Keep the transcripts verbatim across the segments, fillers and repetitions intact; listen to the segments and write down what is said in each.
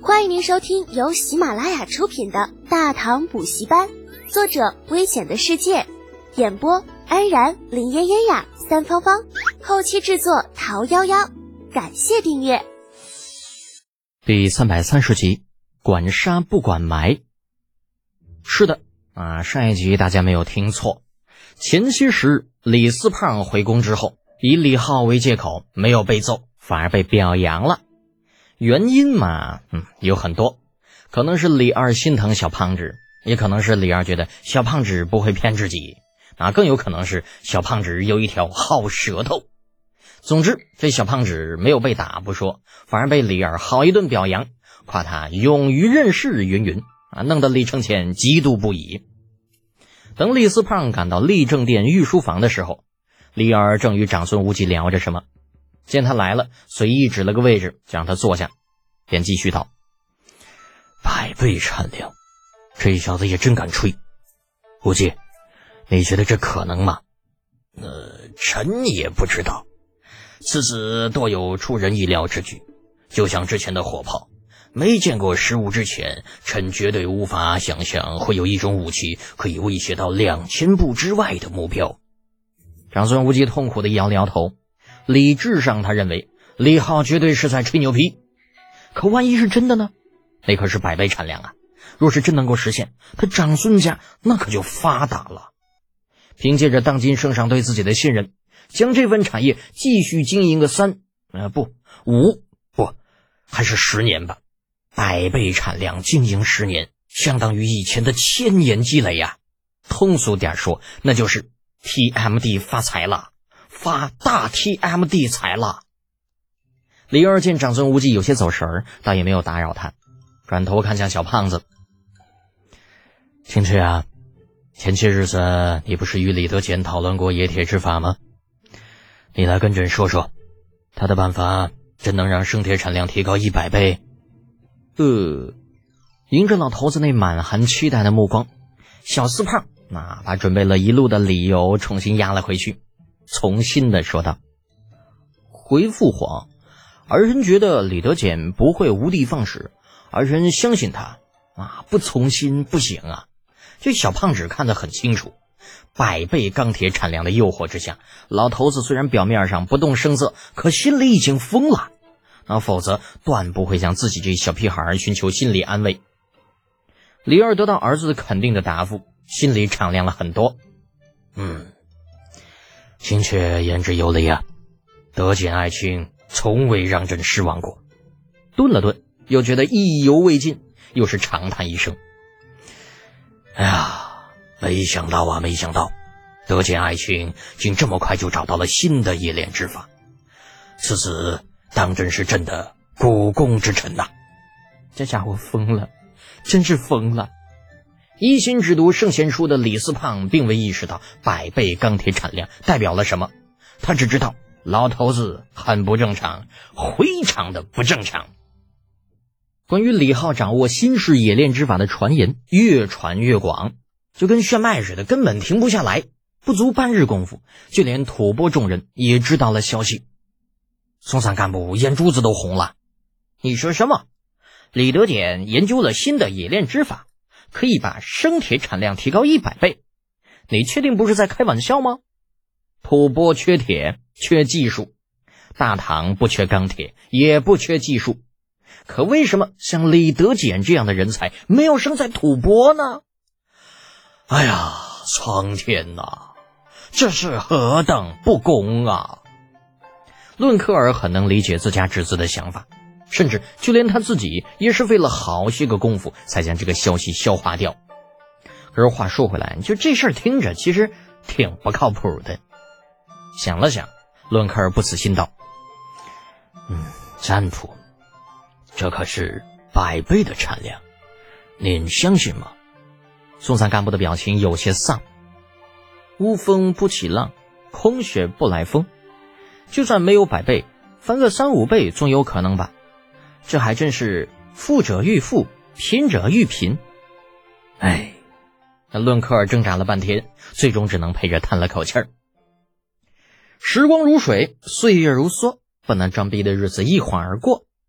欢迎您收听由喜马拉雅出品的《大唐补习班》，作者危险的世界，演播安然、林嫣嫣呀、三芳芳，后期制作桃夭夭。感谢订阅。 第三百三十集，管杀不管埋。是的啊，上一集大家没有听错，前些时李四胖回宫之后，以李浩为借口没有被揍，反而被表扬了。原因嘛，嗯，有很多，可能是李二心疼小胖子，也可能是李二觉得小胖子不会骗自己，啊，更有可能是小胖子有一条好舌头。总之，这小胖子没有被打不说，反而被李二好一顿表扬，夸他勇于任事云云啊，弄得李承乾嫉妒不已。等李四胖赶到立正殿御书房的时候，李二正与长孙无忌聊着什么，见他来了，随意指了个位置，就让他坐下，便继续道：百倍产量，这小子也真敢吹。无忌，你觉得这可能吗？ 呃，臣也不知道，此子多有出人意料之举，就像之前的火炮，没见过实物之前，臣绝对无法想象会有一种武器可以威胁到两千步之外的目标。 长孙无忌痛苦地摇了摇头，理智上他认为李浩绝对是在吹牛皮，可万一是真的呢？那可是百倍产量啊，若是真能够实现，他长孙家那可就发达了。凭借着当今圣上对自己的信任，将这份产业继续经营个三呃不五不还是十年吧，百倍产量经营十年，相当于以前的千年积累呀、啊。通俗点说，那就是 T M D 发财了，发大 T M D 财了。李二见长孙无忌有些走神儿，倒也没有打扰他，转头看向小胖子。青雀啊，前些日子你不是与李德简讨论过冶铁之法吗？你来跟朕说说，他的办法真能让生铁产量提高一百倍？呃，迎着老头子那满含期待的目光，小四胖那把准备了一路的理由重新压了回去，从新的说道：回父皇，儿臣觉得李德简不会无的放矢，儿臣相信他啊，不从心不行啊。这小胖子看得很清楚，百倍钢铁产量的诱惑之下，老头子虽然表面上不动声色，可心里已经疯了，那否则断不会向自己这小屁孩寻求心理安慰。李二得到儿子肯定的答复，心里敞亮了很多。嗯，青雀言之有理啊，德简爱卿从未让朕失望过。顿了顿，又觉得意犹未尽，又是长叹一声：哎呀，没想到啊，没想到，德简爱卿竟这么快就找到了新的冶炼之法，此子当真是朕的股肱之臣呐、啊！这家伙疯了，真是疯了！一心只读圣贤书的李四胖并未意识到百倍钢铁产量代表了什么，他只知道老头子很不正常，非常的不正常。关于李浩掌握新式冶炼之法的传言越传越广，就跟炫迈似的，根本停不下来。不足半日功夫，就连吐蕃众人也知道了消息。松散干部眼珠子都红了。你说什么？李德典研究了新的冶炼之法，可以把生铁产量提高一百倍？你确定不是在开玩笑吗？吐蕃缺铁，缺技术；大唐不缺钢铁，也不缺技术。可为什么像李德简这样的人才没有生在吐蕃呢？ 哎呀，苍天哪，这是何等不公啊！ 论克尔很能理解自家侄子的想法，甚至就连他自己也是费了好些个功夫才将这个消息消化掉。可是话说回来，就这事儿听着其实挺不靠谱的。想了想，论克尔不死心道：嗯，占卜，这可是百倍的产量，您相信吗？松散干部的表情有些丧。乌风不起浪，空穴不来风，就算没有百倍，翻个三五倍总有可能吧。这还真是富者愈富，贫者愈贫。哎，那论克尔挣扎了半天，最终只能陪着叹了口气儿。时光如水，岁月如梭，不能装逼的日子一晃而过。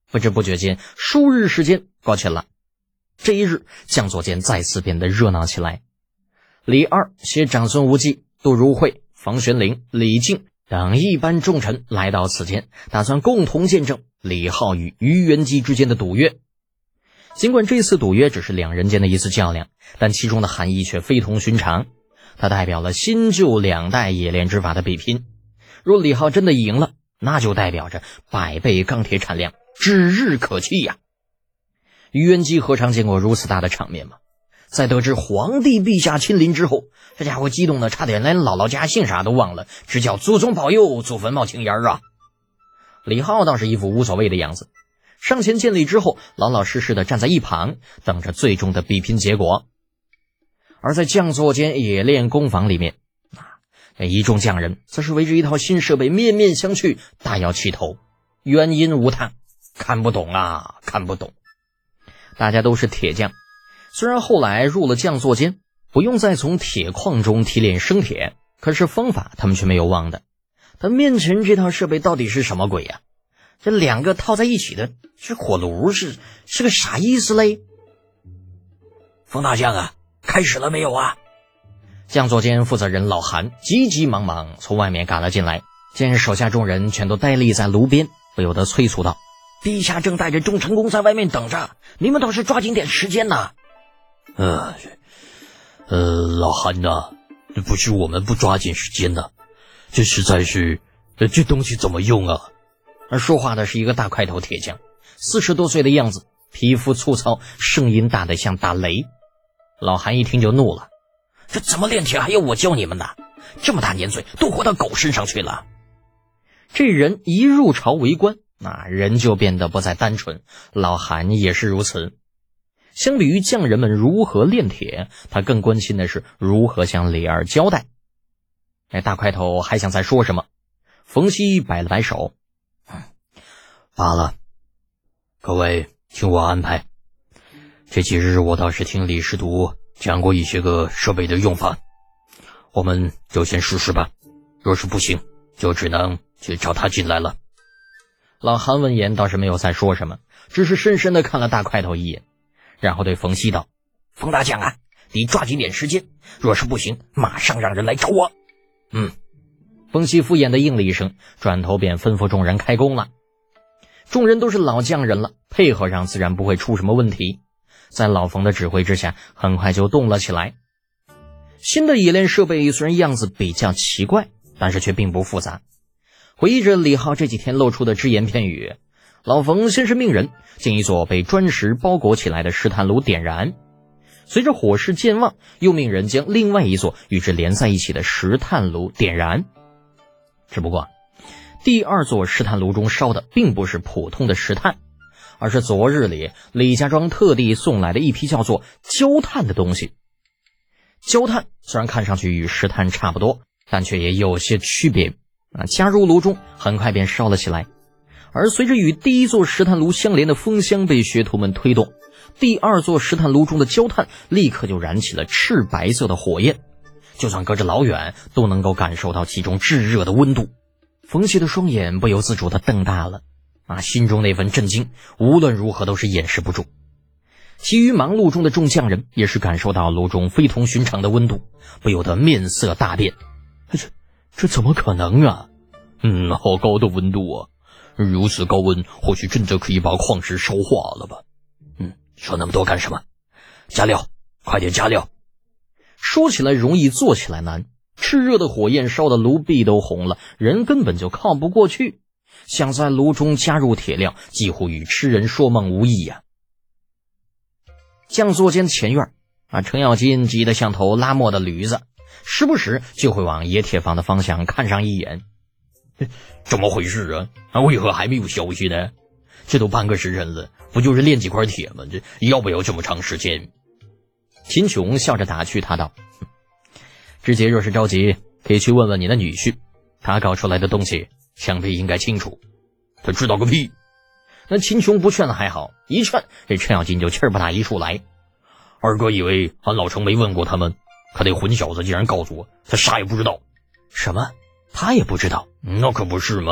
不知不觉间，数日时间过去了。这一日，将座间再次变得热闹起来。李二携长孙无忌、杜如晦、房玄龄、李靖等一班重臣来到此间，打算共同见证李浩与于元基之间的赌约。尽管这次赌约只是两人间的一次较量，但其中的含义却非同寻常。它代表了新旧两代冶炼之法的比拼。若李浩真的赢了，那就代表着百倍钢铁产量指日可期呀！于元基何尝见过如此大的场面吗？在得知皇帝陛下亲临之后，这家伙激动的差点连姥姥家姓啥都忘了，只叫祖宗保佑，祖坟冒青烟啊！李浩倒是一副无所谓的样子，上前见礼之后，老老实实的站在一旁，等着最终的比拼结果。而在将座间冶炼工坊里面，啊，一众匠人则是围着一套新设备面面相觑，大摇其头，原因无他，看不懂啊，看不懂。大家都是铁匠，虽然后来入了匠座间，不用再从铁矿中提炼生铁，可是方法他们却没有忘的。但面前这套设备到底是什么鬼呀、啊？这两个套在一起的这火炉是是个啥意思嘞？ 冯大将啊，开始了没有啊？ 匠座间负责人老韩急急忙忙从外面赶了进来，见手下众人全都呆立在炉边，不由得催促道：陛下正带着众臣工在外面等着，你们倒是抓紧点时间呐！ 呃呃，老韩呐，不是我们不抓紧时间呐，这实在是，这东西怎么用啊？ 而说话的是一个大块头铁匠，四十多岁的样子，皮肤粗糙，声音大得像打雷。老韩一听就怒了：这怎么炼铁还要我教你们呢？这么大年岁都活到狗身上去了！这人一入朝为官，那人就变得不再单纯，老韩也是如此。相比于匠人们如何炼铁，他更关心的是如何向李二交代。哎，大块头还想再说什么，冯熙摆了摆手： 罢了，各位听我安排。这几日我倒是听李师徒讲过一些个设备的用法，我们就先试试吧，若是不行，就只能去找他进来了。 老韩闻言倒是没有再说什么，只是深深地看了大块头一眼，然后对冯熙道：冯大将啊，你抓紧点时间，若是不行，马上让人来找我。嗯。冯熙敷衍地应了一声，转头便吩咐众人开工了。众人都是老匠人了，配合上自然不会出什么问题。在老冯的指挥之下，很快就动了起来。新的冶炼设备虽然样子比较奇怪，但是却并不复杂。回忆着李浩这几天露出的只言片语，老冯先是命人将一座被砖石包裹起来的石炭炉点燃，随着火势渐旺，又命人将另外一座与之连在一起的石炭炉点燃。只不过第二座石炭炉中烧的并不是普通的石炭，而是昨日里李家庄特地送来的一批叫做焦炭的东西。焦炭虽然看上去与石炭差不多，但却也有些区别啊，加入炉中很快便烧了起来。而随着与第一座石炭炉相连的风箱被学徒们推动，第二座石炭炉中的焦炭立刻就燃起了赤白色的火焰，就算隔着老远都能够感受到其中炙热的温度。冯熙的双眼不由自主地瞪大了啊，心中那份震惊无论如何都是掩饰不住。其余忙碌中的众匠人也是感受到炉中非同寻常的温度，不由得面色大变。 这这怎么可能啊？嗯，好高的温度啊！如此高温，或许真的可以把矿石烧化了吧？嗯，说那么多干什么？加料，快点加料！ 说起来容易，做起来难。炽热的火焰烧得炉壁都红了，人根本就靠不过去。想在炉中加入铁料，几乎与痴人说梦无异呀、啊。匠座间前院啊，程咬金急得像头拉磨的驴子，时不时就会往冶铁坊的方向看上一眼。 怎么回事啊？啊，为何还没有消息呢？这都半个时辰了，不就是炼几块铁吗？这要不要这么长时间？ 秦琼笑着打趣他道：知节若是着急，可以去问问你的女婿，他搞出来的东西想必应该清楚。 他知道个屁！ 那秦琼不劝了还好，一劝这程咬金就气儿不打一处来。 二哥以为俺老程没问过他们，可那混小子竟然告诉我他啥也不知道。 什么？他也不知道？ 那可不是吗？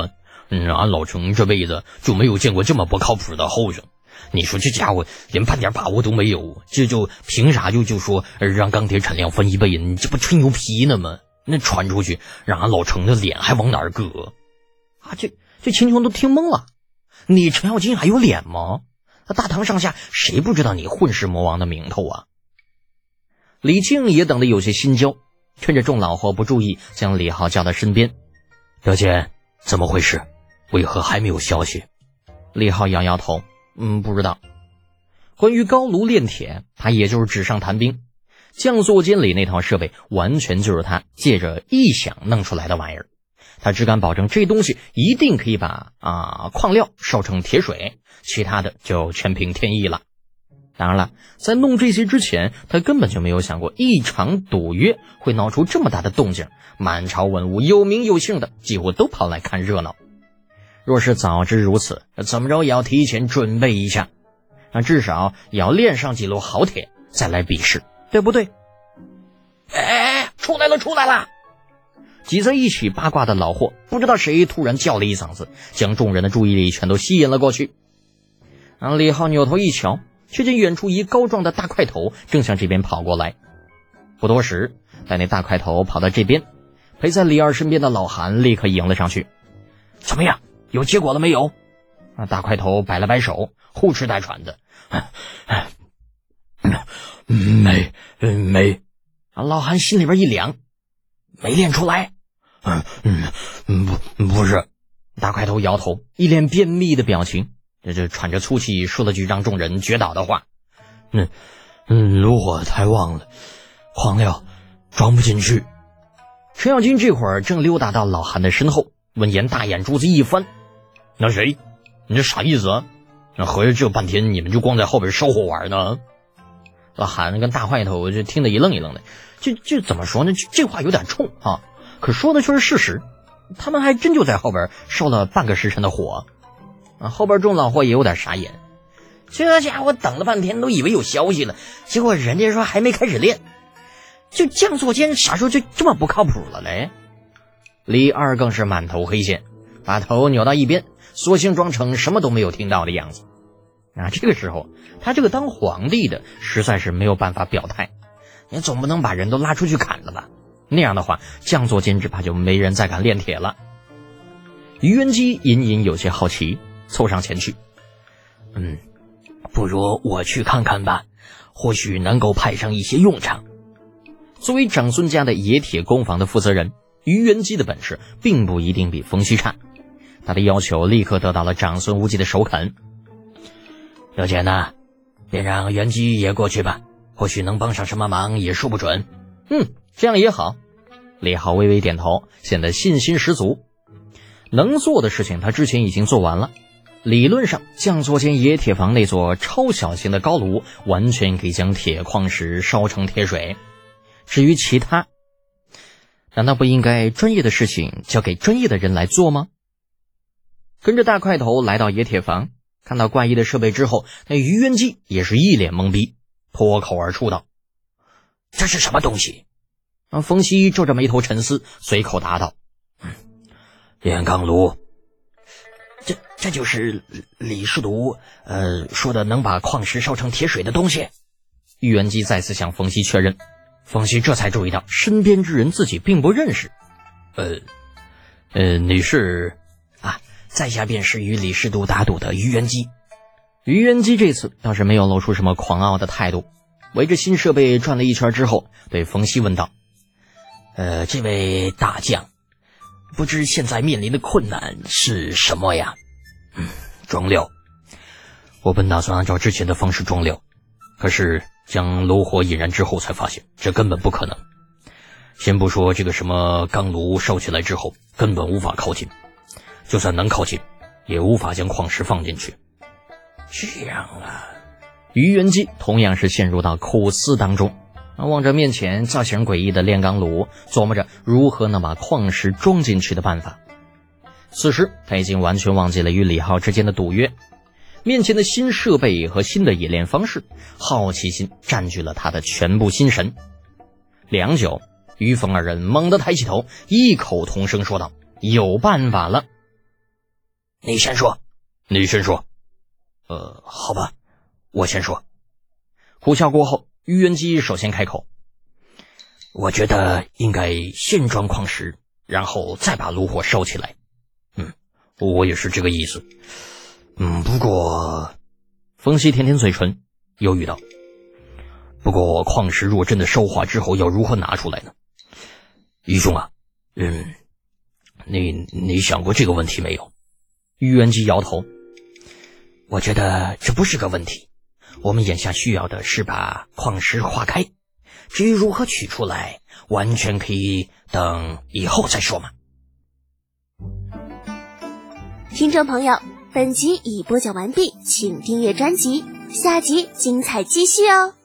嗯，俺老程这辈子就没有见过这么不靠谱的后生。你说这家伙连半点把握都没有，这就凭啥就就说让钢铁产量翻一倍？你这不吹牛皮呢吗？那传出去，让俺老程的脸还往哪儿搁啊？这这秦琼都听懵了。你程咬金还有脸吗？大唐上下谁不知道你混世魔王的名头啊？李靖也等得有些心焦，趁着众老伙不注意，将李浩叫到身边。 表姐，怎么回事？为何还没有消息？ 李浩摇摇头，嗯，不知道。关于高炉炼铁，他也就是纸上谈兵。降作间里那套设备完全就是他借着臆想弄出来的玩意儿，他只敢保证这东西一定可以把啊矿料烧成铁水，其他的就全凭天意了。当然了，在弄这些之前，他根本就没有想过一场赌约会闹出这么大的动静，满朝文武有名有姓的几乎都跑来看热闹。若是早知如此，怎么着也要提前准备一下，那至少也要炼上几摞好铁再来比试，对不对？ 哎，出来了出来了！ 挤在一起八卦的老货不知道谁突然叫了一嗓子，将众人的注意力全都吸引了过去。然后李浩扭头一瞧，却见远处一高壮的大块头正向这边跑过来。不多时，待那大块头跑到这边，陪在李二身边的老韩立刻迎了上去。 怎么样，有结果了没有？ 啊！大块头摆了摆手，呼哧带喘的。 没没。 啊！老韩心里边一凉， 没练出来。嗯嗯，不不是。 大块头摇头，一脸便秘的表情，这这喘着粗气说了句让众人绝倒的话： 嗯嗯，炉火太旺了，矿料装不进去。 程咬金这会儿正溜达到老韩的身后，闻言大眼珠子一翻： 那谁？你这啥意思啊？那合着这半天你们就光在后边烧火玩呢？ 老韩跟大块头就听得一愣一愣的，这这怎么说呢？这这话有点冲啊，可说的却是事实。他们还真就在后边烧了半个时辰的火啊！后边众老货也有点傻眼，这家伙等了半天都以为有消息了，结果人家说还没开始练，就降作间啥时候就这么不靠谱了嘞？李二更是满头黑线，把头扭到一边，索性装成什么都没有听到的样子。啊，这个时候他这个当皇帝的实在是没有办法表态，你总不能把人都拉出去砍了吧？那样的话，降作间只怕就没人再敢炼铁了。于元基隐隐有些好奇，凑上前去。 嗯，不如我去看看吧，或许能够派上一些用场。 作为长孙家的冶铁工坊的负责人，于元基的本事并不一定比冯熙差，他的要求立刻得到了长孙无忌的首肯。 有钱呢，便让元基也过去吧，或许能帮上什么忙也说不准。 嗯，这样也好。李浩微微点头，显得信心十足。能做的事情他之前已经做完了，理论上降作间冶铁坊那座超小型的高炉完全可以将铁矿石烧成铁水。至于其他，难道不应该专业的事情交给专业的人来做吗？跟着大块头来到冶铁坊，看到怪异的设备之后，那于元基也是一脸懵逼，脱口而出道： 这是什么东西？ 啊！冯熙皱着眉头沉思，随口答道： 嗯，炼钢炉。 这这就是李世独呃说的能把矿石烧成铁水的东西。于元基再次向冯熙确认，冯熙这才注意到身边之人自己并不认识。 呃呃，你是啊？在下便是与李世独打赌的于元基。于元基这次倒是没有露出什么狂傲的态度，围着新设备转了一圈之后，对冯熙问道： 呃，这位大将，不知现在面临的困难是什么呀？嗯，装料。我本打算按照之前的方式装料，可是将炉火引燃之后才发现这根本不可能。先不说这个什么钢炉烧起来之后根本无法靠近，就算能靠近也无法将矿石放进去。 这样啊。于元基同样是陷入到苦思当中，望着面前造型诡异的炼钢炉，琢磨着如何能把矿石装进去的办法。此时他已经完全忘记了与李浩之间的赌约，面前的新设备和新的冶炼方式，好奇心占据了他的全部心神。良久，于冯二人猛地抬起头，异口同声说道：有办法了。 你先说。 你先说。 呃，好吧，我先说。 苦笑过后，于元基首先开口。 我觉得应该先装矿石，然后再把炉火烧起来。 嗯，我也是这个意思。 嗯，不过， 风息舔舔嘴唇，犹豫道：“ 不过矿石若真的烧化之后，要如何拿出来呢？于兄啊，嗯，你你想过这个问题没有？” 于元基摇头。 我觉得这不是个问题，我们眼下需要的是把矿石化开，至于如何取出来，完全可以等以后再说嘛。 听众朋友，本集已播讲完毕，请订阅专辑，下集精彩继续哦。